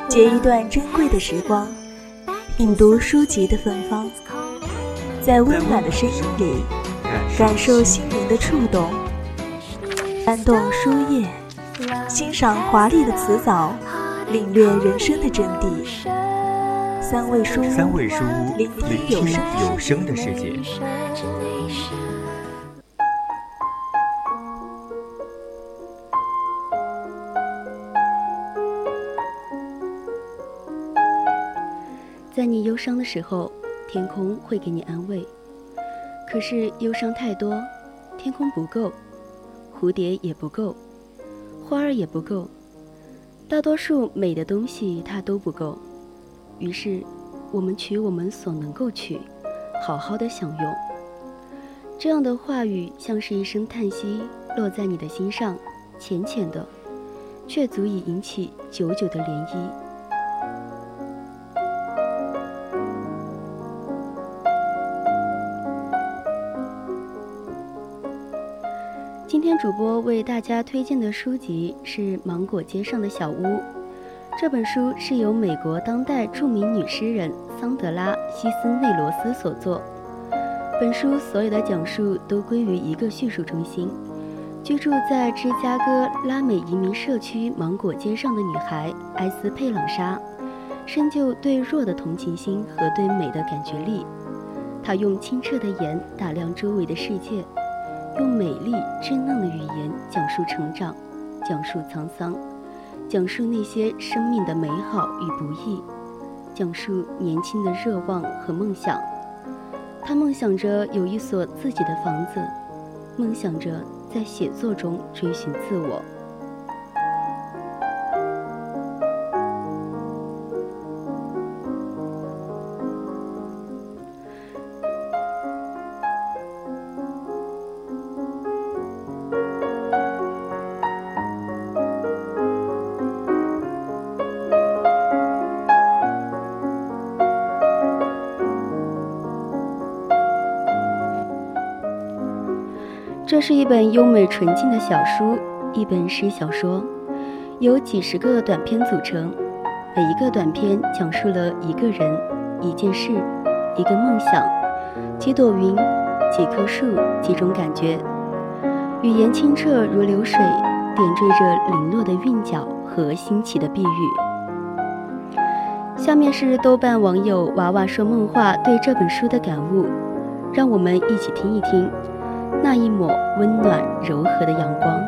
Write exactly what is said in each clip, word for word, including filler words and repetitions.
借一段珍贵的时光，品读书籍的芬芳，在温暖的声音里感受心灵的触动，翻动书页，欣赏华丽的词藻，领略人生的真谛。三味书屋， 三味书屋， 聆听有声有声的世界。 在你忧伤的时候，天空会给你安慰。可是忧伤太多，天空不够，蝴蝶也不够，花儿也不够，大多数美的东西它都不够。于是我们取我们所能够取，好好的享用。这样的话语像是一声叹息，落在你的心上，浅浅的，却足以引起久久的涟漪。今天主播为大家推荐的书籍是《芒果街上的小屋》。这本书是由美国当代著名女诗人桑德拉·希斯内罗斯所作。本书所有的讲述都归于一个叙述中心：居住在芝加哥拉美移民社区芒果街上的女孩埃斯佩朗莎，深究对弱的同情心和对美的感觉力。她用清澈的眼打量周围的世界，用美丽稚嫩的语言讲述成长，讲述沧桑，讲述那些生命的美好与不易，讲述年轻的热望和梦想。他梦想着有一所自己的房子，梦想着在写作中追寻自我。这是一本优美纯净的小书，一本诗小说，由几十个短篇组成。每一个短篇讲述了一个人、一件事、一个梦想、几朵云、几棵树、几种感觉。语言清澈如流水，点缀着零落的韵脚和新奇的碧玉。下面是豆瓣网友娃娃说梦话对这本书的感悟，让我们一起听一听那一抹温暖柔和的阳光。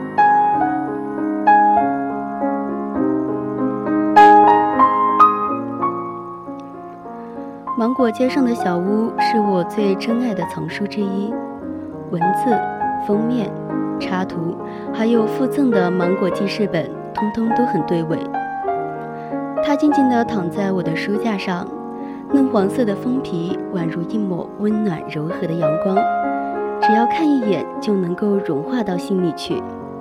芒果街上的小屋是我最珍爱的藏书之一，文字、封面、插图，还有附赠的芒果记事本，通通都很对味。它静静地躺在我的书架上，嫩黄色的封皮宛如一抹温暖柔和的阳光，只要看一眼就能够融化到心里去。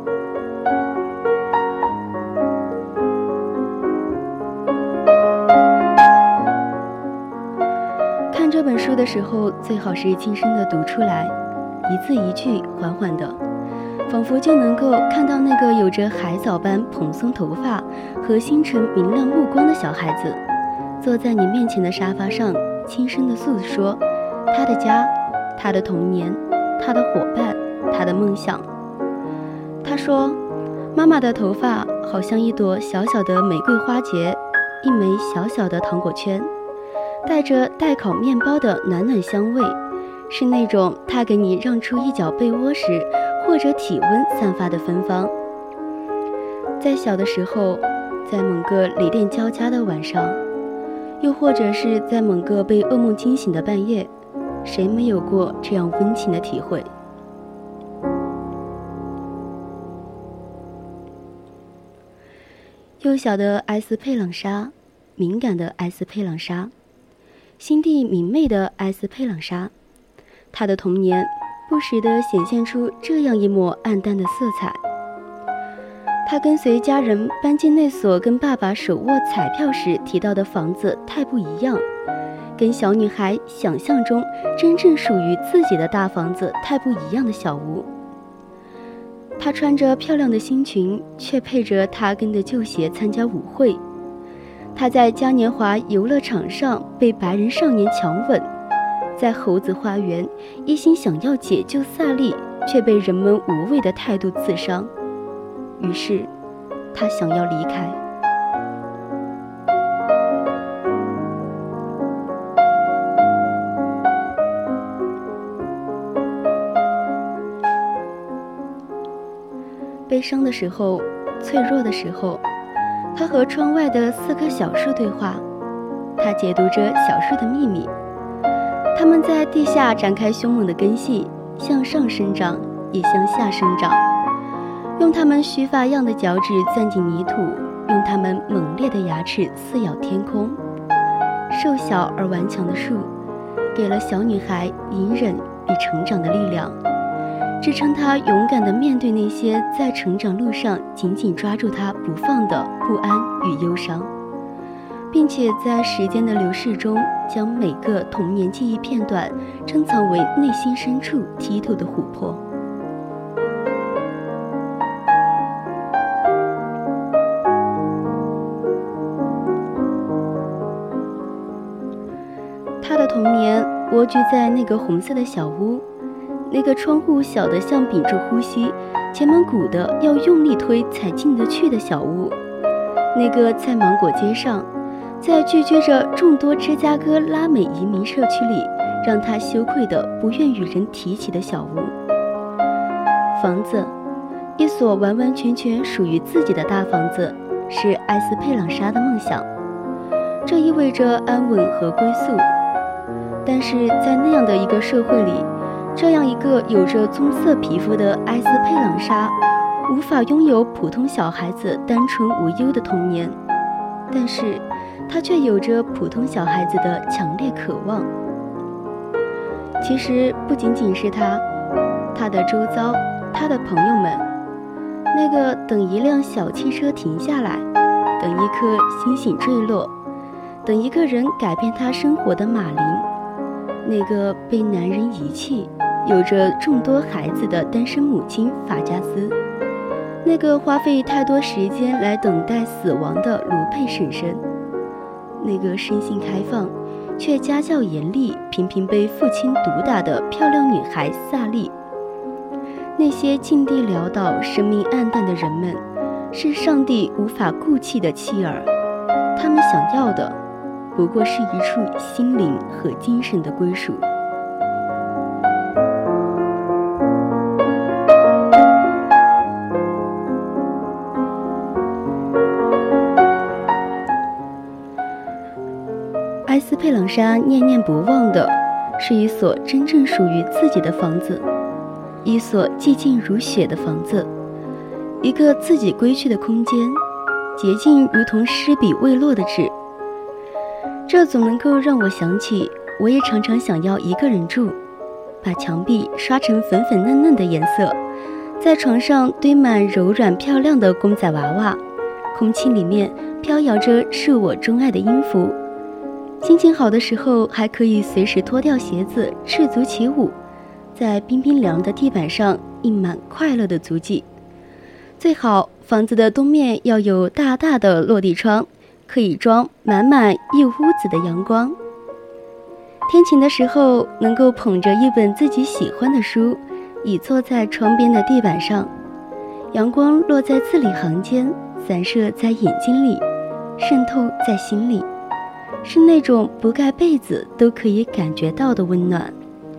看这本书的时候，最好是轻声地读出来，一字一句缓缓的，仿佛就能够看到那个有着海藻般蓬松头发和星辰明亮目光的小孩子，坐在你面前的沙发上，轻声地诉说他的家，他的童年，他的伙伴，他的梦想。他说，妈妈的头发好像一朵小小的玫瑰花节，一枚小小的糖果圈，带着待烤面包的暖暖香味，是那种她给你让出一角被窝时或者体温散发的芬芳。在小的时候，在某个雷电交加的晚上，又或者是在某个被噩梦惊醒的半夜，谁没有过这样温情的体会？幼小的埃斯佩朗莎，敏感的埃斯佩朗莎，心地明媚的埃斯佩朗莎，她的童年不时地显现出这样一抹暗淡的色彩。她跟随家人搬进那所跟爸爸手握彩票时提到的房子太不一样，跟小女孩想象中真正属于自己的大房子太不一样的小屋。她穿着漂亮的新裙，却配着她跟的旧鞋参加舞会。 他在嘉年华游乐场上被白人少年强吻，在猴子花园一心想要解救萨莉，却被人们无谓的态度刺伤。于是他想要离开。悲伤的时候，脆弱的时候，他和窗外的四棵小树对话，他解读着小树的秘密。它们在地下展开凶猛的根系，向上生长，也向下生长，用它们须发样的脚趾钻进泥土，用它们猛烈的牙齿撕咬天空。瘦小而顽强的树，给了小女孩隐忍与成长的力量，支撑她勇敢地面对那些在成长路上紧紧抓住她不放的不安与忧伤，并且在时间的流逝中，将每个童年记忆片段珍藏为内心深处剔透的琥珀。他的童年蜗居在那个红色的小屋，那个窗户小得像屏住呼吸，前门鼓的要用力推才进得去的小屋，那个在芒果街上，在聚居着众多芝加哥拉美移民社区里，让他羞愧的不愿与人提起的小屋。房子，一所完完全全属于自己的大房子，是埃斯佩朗莎的梦想，这意味着安稳和归宿。但是在那样的一个社会里，这样一个有着棕色皮肤的埃斯佩朗莎无法拥有普通小孩子单纯无忧的童年，但是他却有着普通小孩子的强烈渴望。其实不仅仅是他，他的周遭，他的朋友们，那个等一辆小汽车停下来，等一颗星星坠落，等一个人改变他生活的马林，那个被男人遗弃有着众多孩子的单身母亲法加斯，那个花费太多时间来等待死亡的卢佩婶婶，那个生性开放却家教严厉，频频被父亲毒打的漂亮女孩萨莉，那些境地潦倒、生命暗淡的人们，是上帝无法顾弃的妻儿，他们想要的不过是一处心灵和精神的归属。埃斯佩朗莎念念不忘的是一所真正属于自己的房子，一所寂静如雪的房子，一个自己归去的空间，洁净如同湿笔未落的纸。这总能够让我想起，我也常常想要一个人住，把墙壁刷成粉粉嫩嫩的颜色，在床上堆满柔软漂亮的公仔娃娃，空气里面飘摇着是我钟爱的音符。心情好的时候，还可以随时脱掉鞋子赤足起舞，在冰冰凉的地板上印满快乐的足迹。最好房子的东面要有大大的落地窗，可以装满满一屋子的阳光。天晴的时候，能够捧着一本自己喜欢的书，倚坐在窗边的地板上，阳光落在字里行间，散射在眼睛里，渗透在心里，是那种不盖被子都可以感觉到的温暖。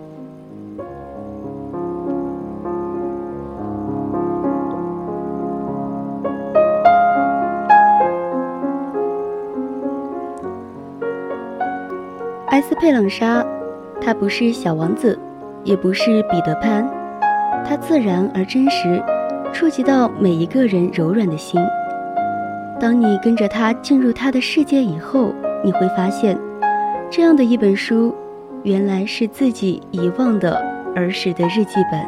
埃斯佩朗莎，他不是小王子，也不是彼得潘，他自然而真实，触及到每一个人柔软的心。当你跟着他进入他的世界以后，你会发现，这样的一本书，原来是自己遗忘的儿时的日记本。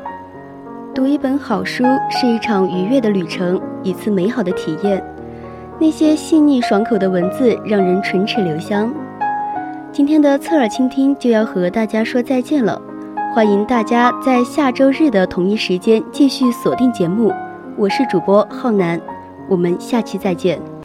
读一本好书是一场愉悦的旅程，一次美好的体验。 那些细腻爽口的文字让人唇齿留香。今天的侧耳倾听就要和大家说再见了，欢迎大家在下周日的同一时间继续锁定节目，我是主播浩南，我们下期再见。